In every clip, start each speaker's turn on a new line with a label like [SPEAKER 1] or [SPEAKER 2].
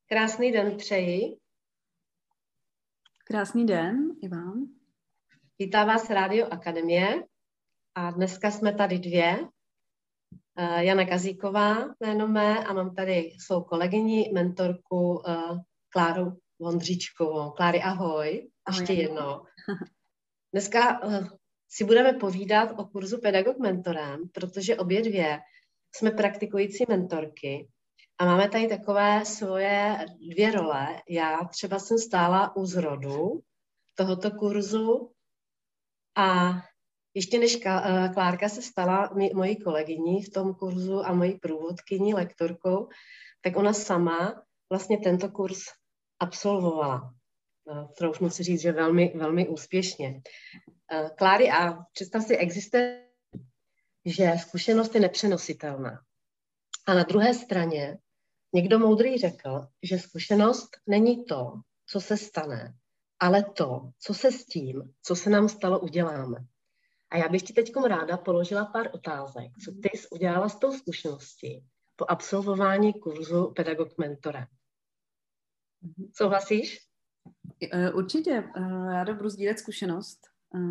[SPEAKER 1] Krásný den přeji.
[SPEAKER 2] Krásný den i vám.
[SPEAKER 1] Vítá vás Rádio Akademie a dneska jsme tady dvě. Jana Kazíková, jméno mé, a mám tady svou kolegyni, mentorku Kláru Vondříčkovou. Kláry, ahoj. Ještě jednou. Dneska si budeme povídat o kurzu Pedagog mentorem, protože obě dvě jsme praktikující mentorky a máme tady takové svoje dvě role. Já třeba jsem stála u zrodu tohoto kurzu a ještě než Klárka se stala mojí kolegyní v tom kurzu a mojí průvodkyní, lektorkou, tak ona sama vlastně tento kurz absolvovala. Troufnu si říct, že velmi, velmi úspěšně. Kláry, a představ si, existuje, že zkušenost je nepřenositelná. A na druhé straně někdo moudrý řekl, že zkušenost není to, co se stane, ale to, co se s tím, co se nám stalo, uděláme. A já bych ti teď ráda položila pár otázek, co ty jsi udělala s tou zkušeností po absolvování kurzu Pedagog mentorem. Souhlasíš?
[SPEAKER 2] Určitě. Ráda budu sdílet zkušenost.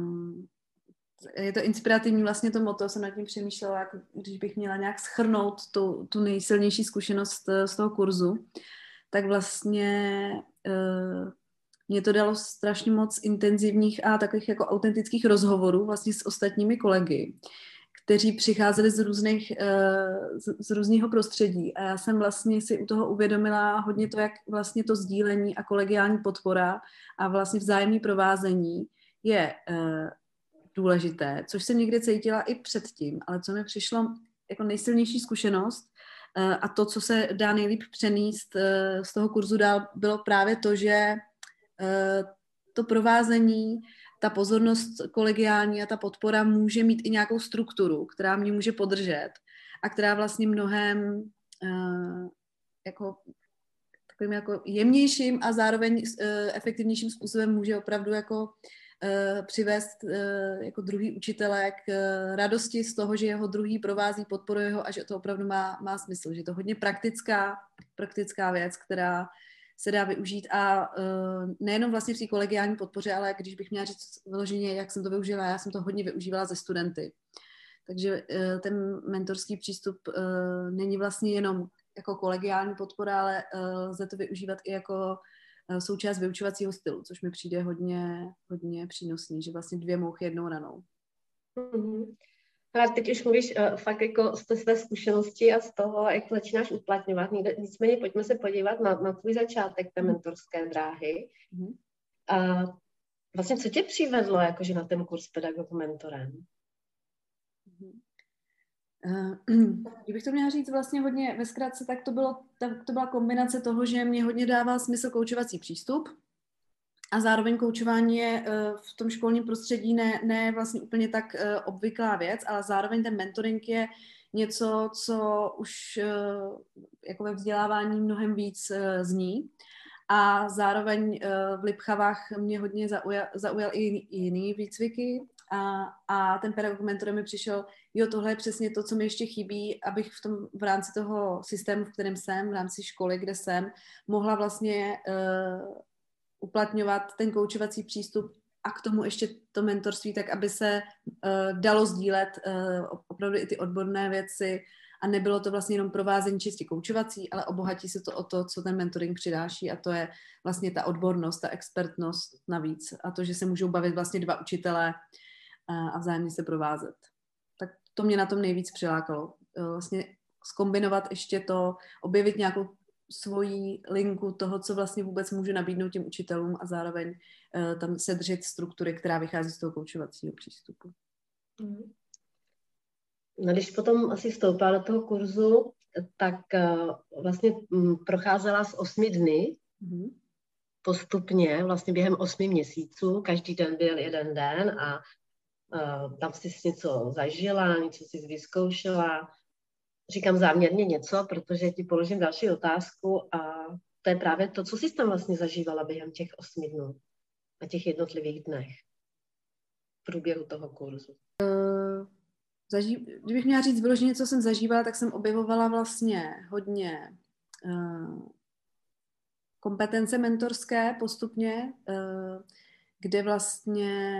[SPEAKER 2] Je to inspirativní vlastně to motto, jsem nad tím přemýšlela, jako když bych měla nějak shrnout tu nejsilnější zkušenost z toho kurzu, tak vlastně mě to dalo strašně moc intenzivních a takových jako autentických rozhovorů vlastně s ostatními kolegy, kteří přicházeli z různého prostředí. A já jsem vlastně si u toho uvědomila hodně to, jak vlastně to sdílení a kolegiální podpora a vlastně vzájemné provázení je důležité, což jsem někde cítila i předtím, ale co mi přišlo jako nejsilnější zkušenost a to, co se dá nejlíp přenést z toho kurzu dál, bylo právě to, že to provázení, ta pozornost kolegiální a ta podpora může mít i nějakou strukturu, která mě může podržet a která vlastně mnohem jako takovým jako jemnějším a zároveň efektivnějším způsobem může opravdu jako přivést jako druhý učitele k radosti z toho, že jeho druhý provází, podporuje ho a že to opravdu má smysl, že je to hodně praktická věc, která se dá využít a nejenom vlastně v té kolegiální podpoře, ale když bych měla říct vyloženě, jak jsem to využila, já jsem to hodně využívala ze studenty. Takže ten mentorský přístup není vlastně jenom jako kolegiální podpora, ale lze to využívat i jako součást vyučovacího stylu, což mi přijde hodně přínosný, že vlastně dvě mouchy jednou ranou.
[SPEAKER 1] Mm-hmm. Ale teď už mluvíš fakt jako z té své zkušenosti a z toho, jak to začínáš uplatňovat. Nicméně pojďme se podívat na tvůj začátek té mentorské dráhy. Mm-hmm. A vlastně co tě přivedlo jakože na ten kurz Pedagog mentorem?
[SPEAKER 2] Kdybych to měla říct vlastně hodně ve zkratce, tak to byla kombinace toho, že mě hodně dává smysl koučovací přístup a zároveň koučování je v tom školním prostředí ne vlastně úplně tak obvyklá věc, ale zároveň ten mentoring je něco, co už jako ve vzdělávání mnohem víc zní. A zároveň v Lipchavách mě hodně zaujal i jiný výcviky a ten pedagog mentor mi přišel, jo, tohle je přesně to, co mi ještě chybí, abych v rámci toho systému, v kterém jsem, v rámci školy, kde jsem, mohla vlastně uplatňovat ten koučovací přístup a k tomu ještě to mentorství, tak aby se dalo sdílet opravdu i ty odborné věci a nebylo to vlastně jenom provázení čistě koučovací, ale obohatí se to o to, co ten mentoring přináší a to je vlastně ta odbornost, ta expertnost navíc a to, že se můžou bavit vlastně dva učitelé a vzájemně se provázet. Tak to mě na tom nejvíc přilákalo. Vlastně zkombinovat ještě to, objevit nějakou svoji linku toho, co vlastně vůbec můžu nabídnout těm učitelům a zároveň tam se držet struktury, která vychází z toho koučovacího přístupu.
[SPEAKER 1] No, když potom asi vstoupila do toho kurzu, tak vlastně procházela z 8 dny postupně, vlastně během 8 měsíců, každý den byl jeden den a tam jsi něco zažila, něco jsi vyzkoušela. Říkám záměrně něco, protože ti položím další otázku a to je právě to, co jsi tam vlastně zažívala během těch 8 dnů a těch jednotlivých dnech v průběhu toho kurzu.
[SPEAKER 2] Kdybych měla říct vyloženě, co jsem zažívala, tak jsem objevovala vlastně hodně kompetence mentorské postupně, kde vlastně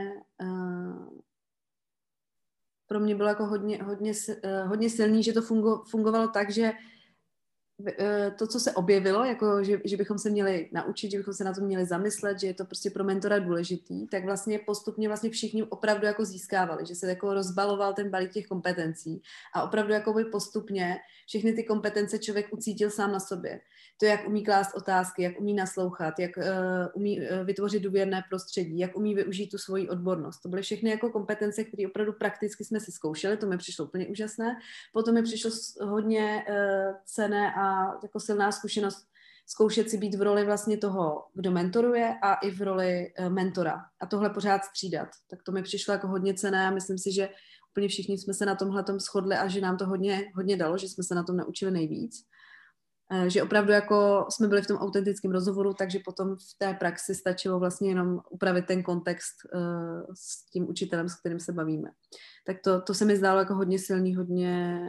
[SPEAKER 2] pro mě bylo jako hodně silný, že to fungovalo tak, že to, co se objevilo, jako že bychom se měli naučit, že bychom se na to měli zamyslet, že je to prostě pro mentora důležitý, tak vlastně postupně vlastně všichni opravdu jako získávali, že se jako rozbaloval ten balík těch kompetencí a opravdu jako by postupně všechny ty kompetence člověk ucítil sám na sobě. To, jak umí klást otázky, jak umí naslouchat, jak umí vytvořit důvěrné prostředí, jak umí využít tu svoji odbornost. To byly všechny jako kompetence, které opravdu prakticky jsme si zkoušeli, to mi přišlo úplně úžasné. Potom mi přišlo hodně cenné a jako silná zkušenost zkoušet si být v roli vlastně toho, kdo mentoruje a i v roli mentora. A tohle pořád střídat. Tak to mi přišlo jako hodně cenné a myslím si, že úplně všichni jsme se na tomhletom shodli a že nám to hodně dalo, že jsme se na tom naučili nejvíc. Že opravdu jako jsme byli v tom autentickém rozhovoru, takže potom v té praxi stačilo vlastně jenom upravit ten kontext s tím učitelem, s kterým se bavíme. Tak to se mi zdálo jako hodně silný, hodně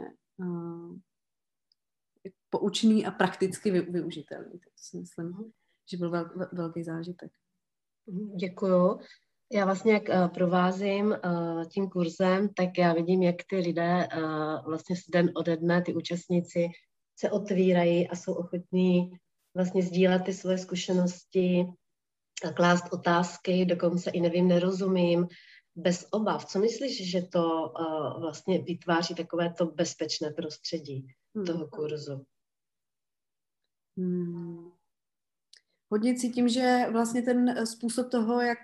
[SPEAKER 2] poučný a prakticky využitelný. Tak to si myslím, že byl velký zážitek.
[SPEAKER 1] Děkuju. Já vlastně, jak provázím tím kurzem, tak já vidím, jak ty lidé vlastně den ode dne, ty účastníci se otvírají a jsou ochotní vlastně sdílet ty svoje zkušenosti, klást otázky, dokonce i nevím, nerozumím, bez obav. Co myslíš, že to vlastně vytváří takové to bezpečné prostředí toho kurzu?
[SPEAKER 2] Hodně cítím, že vlastně ten způsob toho, jak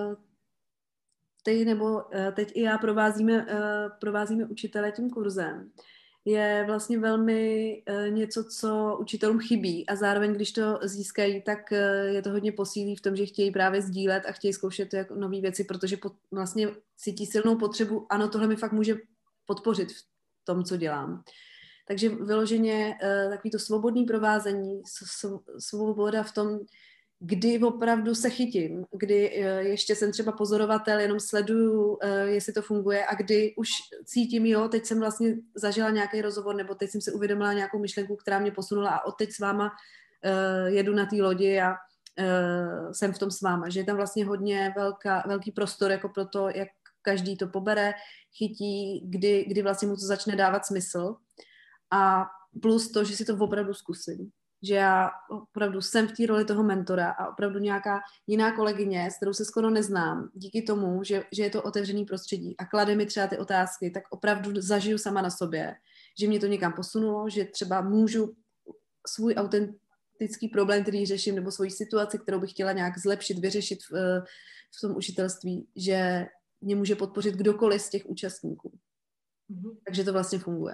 [SPEAKER 2] ty nebo teď i já provázíme učitele tím kurzem, je vlastně velmi něco, co učitelům chybí a zároveň, když to získají, tak je to hodně posílí v tom, že chtějí právě sdílet a chtějí zkoušet jako nové věci, protože vlastně cítí silnou potřebu, ano, tohle mi fakt může podpořit v tom, co dělám. Takže vyloženě takový to svobodný provázení, svoboda v tom, kdy opravdu se chytím, kdy ještě jsem třeba pozorovatel, jenom sleduju, jestli to funguje a kdy už cítím, jo, teď jsem vlastně zažila nějaký rozhovor nebo teď jsem si uvědomila nějakou myšlenku, která mě posunula a odteď s váma jedu na té lodi a jsem v tom s váma. Že je tam vlastně hodně velký prostor jako pro to, jak každý to pobere, chytí, kdy vlastně mu to začne dávat smysl. A plus to, že si to opravdu zkusím. Že já opravdu jsem v té roli toho mentora a opravdu nějaká jiná kolegyně, s kterou se skoro neznám, díky tomu, že je to otevřený prostředí a klade mi třeba ty otázky, tak opravdu zažiju sama na sobě, že mě to někam posunulo, že třeba můžu svůj autentický problém, který řeším, nebo svoji situaci, kterou bych chtěla nějak zlepšit, vyřešit v tom učitelství, že mě může podpořit kdokoliv z těch účastníků. Takže to vlastně funguje.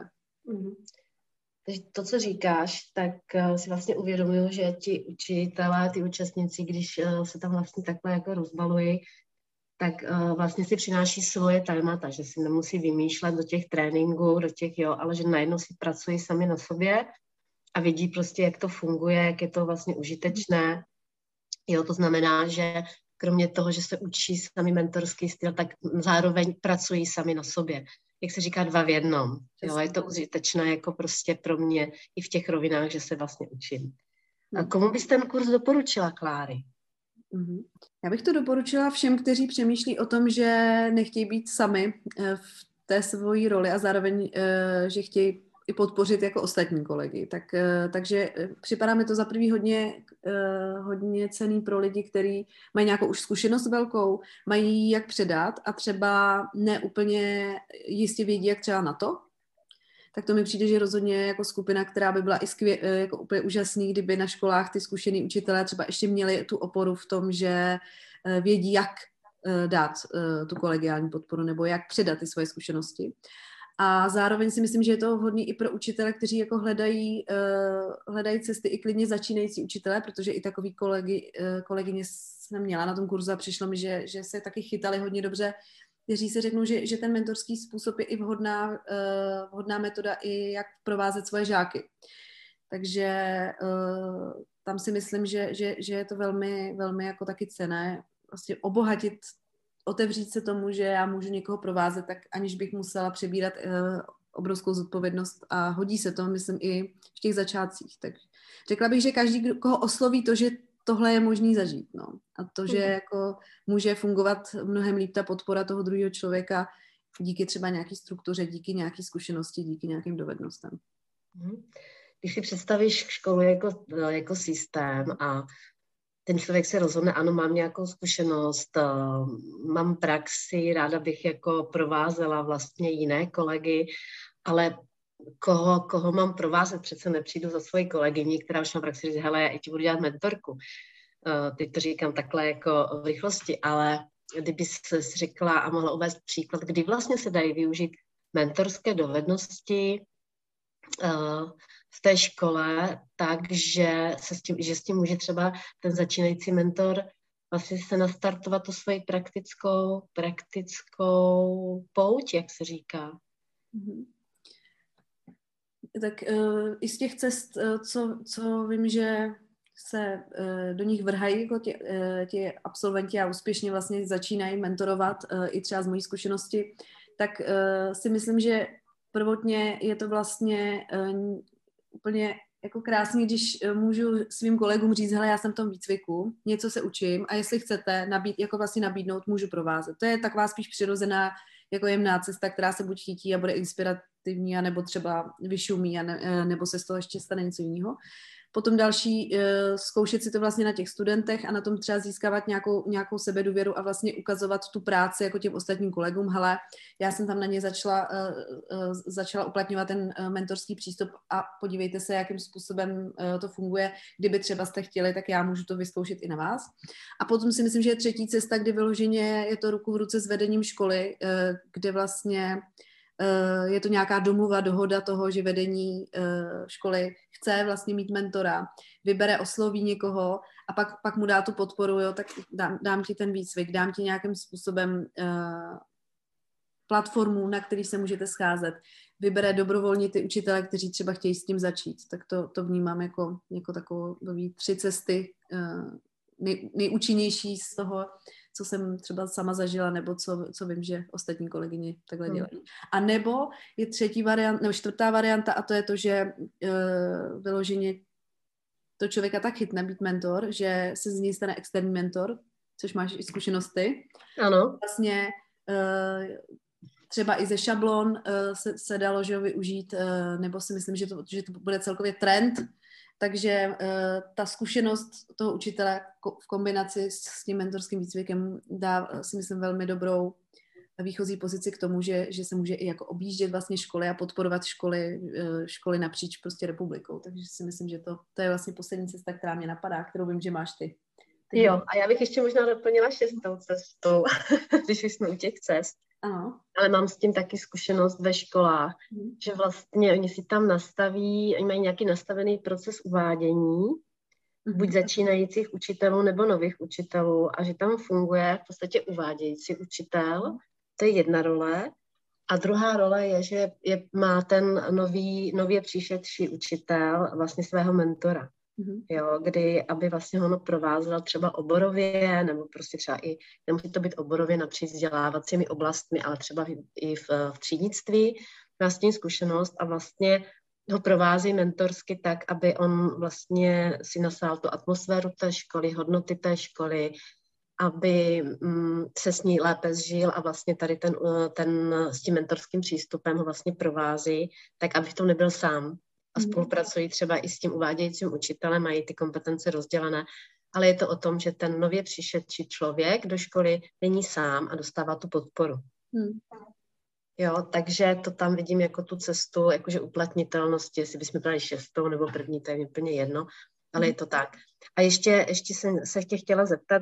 [SPEAKER 1] Takže to, co říkáš, tak si vlastně uvědomuju, že ti učitelé, ty účastníci, když se tam vlastně takhle jako rozbalují, tak vlastně si přináší svoje témata, že si nemusí vymýšlet do těch tréninků, ale že najednou si pracují sami na sobě a vidí prostě, jak to funguje, jak je to vlastně užitečné. Jo, to znamená, že kromě toho, že se učí sami mentorský styl, tak zároveň pracují sami na sobě. Jak se říká, 2 v 1. Jo, je to užitečné jako prostě pro mě i v těch rovinách, že se vlastně učím. A komu bys ten kurz doporučila, Kláry?
[SPEAKER 2] Já bych to doporučila všem, kteří přemýšlí o tom, že nechtějí být sami v té svojí roli a zároveň, že chtějí i podpořit jako ostatní kolegy. Takže připadá mi to za prvý hodně cenný pro lidi, kteří mají nějakou už zkušenost velkou, mají jak předat a třeba neúplně jistě vědí, jak třeba na to. Tak to mi přijde, že rozhodně jako skupina, která by byla i jako úplně úžasný, kdyby na školách ty zkušený učitelé třeba ještě měli tu oporu v tom, že vědí, jak dát tu kolegiální podporu nebo jak předat ty svoje zkušenosti. A zároveň si myslím, že je to vhodný i pro učitele, kteří jako hledají cesty, i klidně začínající učitele, protože i takový kolegyně jsem měla na tom kurzu a přišlo mi, že se taky chytali hodně dobře, kteří si řeknou, že ten mentorský způsob je i vhodná metoda i jak provázet svoje žáky. Takže tam si myslím, že je to velmi, velmi jako taky cenné vlastně otevřít se tomu, že já můžu někoho provázet, tak aniž bych musela přebírat obrovskou zodpovědnost a hodí se to, myslím, i v těch začátcích. Tak řekla bych, že každý, koho osloví to, že tohle je možný zažít. No. A to, že jako může fungovat mnohem líp ta podpora toho druhého člověka díky třeba nějaký struktuře, díky nějaký zkušenosti, díky nějakým dovednostem.
[SPEAKER 1] Když si představíš školu jako systém a ten člověk se rozhodne, ano, mám nějakou zkušenost, mám praxi, ráda bych jako provázela vlastně jiné kolegy, ale koho mám provázet, přece nepřijdu za svoji kolegyni, která už má praxi, říct, hele, já ti budu dělat mentorku. Teď to říkám takhle jako v rychlosti, ale kdyby se řekla a mohla uvést příklad, kdy vlastně se dají využít mentorské dovednosti v té škole, takže že s tím může třeba ten začínající mentor vlastně se nastartovat tu svoji praktickou pouť, jak se říká.
[SPEAKER 2] Tak i z těch cest, co vím, že se do nich vrhají jako ti absolventi a úspěšně vlastně začínají mentorovat i třeba z mojí zkušenosti, tak si myslím, že prvotně je to vlastně úplně jako krásný, když můžu svým kolegům říct, hele, já jsem v tom výcviku, něco se učím a jestli chcete nabídnout, můžu provázet. To je taková spíš přirozená jako jemná cesta, která se buď chytí a bude inspirativní, anebo třeba vyšumí, nebo se z toho ještě stane něco jiného. Potom další, zkoušet si to vlastně na těch studentech a na tom třeba získávat nějakou sebedůvěru a vlastně ukazovat tu práci jako těm ostatním kolegům. Hele, já jsem tam na ně začala uplatňovat ten mentorský přístup a podívejte se, jakým způsobem to funguje. Kdyby třeba jste chtěli, tak já můžu to vyzkoušet i na vás. A potom si myslím, že je třetí cesta, kdy vyloženě je to ruku v ruce s vedením školy, kde vlastně je to nějaká domluva, dohoda toho, že vedení školy chce vlastně mít mentora, vybere, osloví někoho a pak mu dá tu podporu, jo, tak dám ti ten výcvik, dám ti nějakým způsobem platformu, na který se můžete scházet, vybere dobrovolně ty učitele, kteří třeba chtějí s tím začít. Tak to vnímám jako takové 3 cesty nejúčinnější z toho, co jsem třeba sama zažila, nebo co vím, že ostatní kolegyně takhle dělají. A nebo je čtvrtá varianta a to je to, že vyloženě to člověka tak chytne být mentor, že se z něj stane externí mentor, což máš i zkušenosti.
[SPEAKER 1] Ano.
[SPEAKER 2] Vlastně třeba i ze šablon se dalo, že ho využít, nebo si myslím, že to bude celkově trend. Takže ta zkušenost toho učitele v kombinaci s tím mentorským výcvikem dá, si myslím, velmi dobrou výchozí pozici k tomu, že se může i jako objíždět vlastně školy a podporovat školy napříč prostě republikou. Takže si myslím, že to je vlastně poslední cesta, která mě napadá, kterou vím, že máš ty.
[SPEAKER 1] Jo, a já bych ještě možná doplnila 6. cestou, když jsme u těch cest.
[SPEAKER 2] Ano.
[SPEAKER 1] Ale mám s tím taky zkušenost ve školách, že vlastně oni si tam oni mají nějaký nastavený proces uvádění, buď začínajících učitelů nebo nových učitelů a že tam funguje v podstatě uvádějící učitel, to je jedna role. A druhá role je, že má ten nově přišedší učitel vlastně svého mentora. Jo, aby vlastně ho provázel třeba oborově, nebo prostě třeba i, nemusí to být oborově napříč vzdělávacími oblastmi, ale třeba i v třídnictví, vlastní zkušenost a vlastně ho provází mentorsky tak, aby on vlastně si nasál tu atmosféru té školy, hodnoty té školy, aby se s ní lépe zžil a vlastně tady ten s tím mentorským přístupem ho vlastně provází, tak aby to nebyl sám. A spolupracují třeba i s tím uvádějícím učitelem, mají ty kompetence rozdělené, ale je to o tom, že ten nově přišedší člověk do školy není sám a dostává tu podporu. Jo, takže to tam vidím jako tu cestu, jakože uplatnitelnosti, jestli bychom brali 6. nebo 1., to je úplně jedno, ale je to tak. A ještě jsem se chtěla zeptat,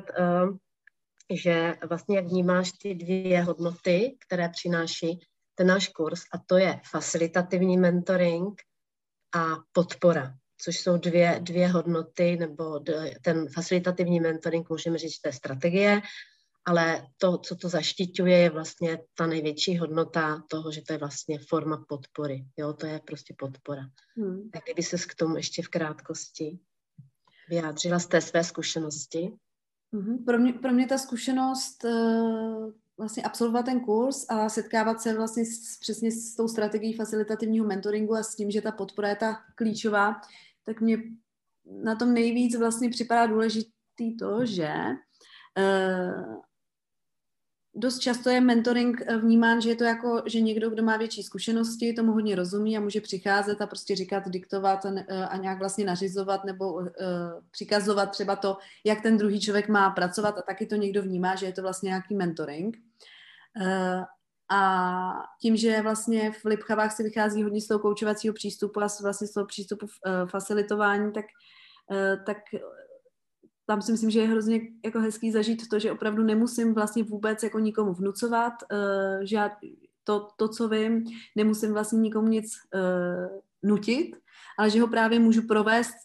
[SPEAKER 1] že vlastně jak vnímáš ty 2 hodnoty, které přináší ten náš kurz, a to je facilitativní mentoring a podpora, což jsou dvě hodnoty, nebo ten facilitativní mentoring, můžeme říct, to je strategie, ale to, co to zaštiťuje, je vlastně ta největší hodnota toho, že to je vlastně forma podpory. Jo, to je prostě podpora. Tak kdyby ses k tomu ještě v krátkosti vyjádřila z té své zkušenosti?
[SPEAKER 2] Pro mě ta zkušenost vlastně absolvovat ten kurz a setkávat se vlastně přesně s tou strategií facilitativního mentoringu a s tím, že ta podpora je ta klíčová, tak mě na tom nejvíc vlastně připadá důležitý to, že dost často je mentoring vnímán, že je to jako, že někdo, kdo má větší zkušenosti, tomu hodně rozumí a může přicházet a prostě říkat, diktovat a nějak vlastně nařizovat nebo přikazovat třeba to, jak ten druhý člověk má pracovat a taky to někdo vnímá, že je to vlastně nějaký mentoring. A tím, že vlastně v Lipchavách se vychází hodně z toho koučovacího přístupu a vlastně z toho přístupu facilitování, tak tam si myslím, že je hrozně jako hezký zažít to, že opravdu nemusím vlastně vůbec jako nikomu vnucovat, že já to, co vím, nemusím vlastně nikomu nic nutit, ale že ho právě můžu provést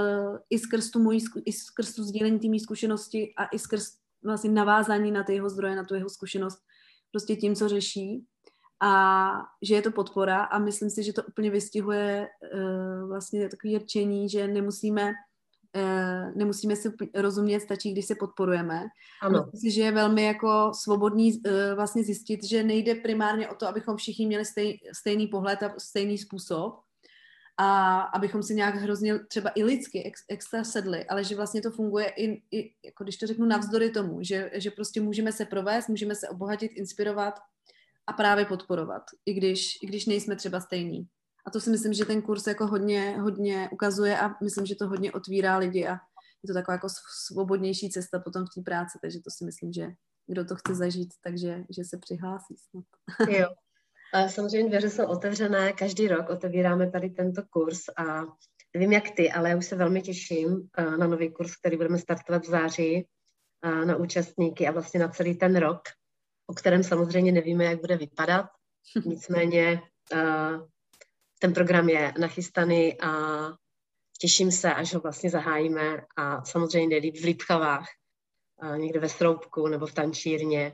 [SPEAKER 2] i skrz tu sdílení té mý zkušenosti a i skrz vlastně navázání na ty jeho zdroje, na tu jeho zkušenost, prostě tím, co řeší. A že je to podpora a myslím si, že to úplně vystihuje vlastně takové rčení, že nemusíme si rozumět, stačí, když se podporujeme.
[SPEAKER 1] Ano.
[SPEAKER 2] Myslím si, že je velmi jako svobodný vlastně zjistit, že nejde primárně o to, abychom všichni měli stejný pohled a stejný způsob a abychom si nějak hrozně třeba i lidsky extra sedli, ale že vlastně to funguje i jako když to řeknu navzdory tomu, že prostě můžeme se provést, můžeme se obohatit, inspirovat a právě podporovat, i když nejsme třeba stejní. A to si myslím, že ten kurz jako hodně ukazuje a myslím, že to hodně otvírá lidi a je to taková jako svobodnější cesta potom v té práci, takže to si myslím, že kdo to chce zažít, takže že se přihlásí snad.
[SPEAKER 1] Jo. Samozřejmě dveře jsou otevřené, každý rok otevíráme tady tento kurz a nevím jak ty, ale já už se velmi těším na nový kurz, který budeme startovat v září, na účastníky a vlastně na celý ten rok, o kterém samozřejmě nevíme, jak bude vypadat. Nicméně ten program je nachystaný a těším se, až ho vlastně zahájíme a samozřejmě nejlíp v Lipchavách, někde ve Sroubku nebo v Tančírně.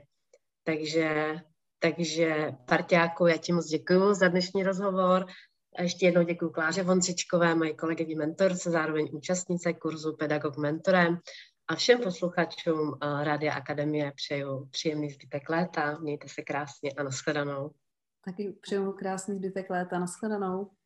[SPEAKER 1] Takže parťáku, já ti moc děkuju za dnešní rozhovor. A ještě jednou děkuju Kláře Vondřičkové, mojí kolegyni mentorce, zároveň účastnice kurzu Pedagog mentorem. A všem posluchačům Rádia Akademie přeju příjemný zbytek léta. Mějte se krásně a nashledanou.
[SPEAKER 2] Taky přeju krásný zbytek léta. Nashledanou.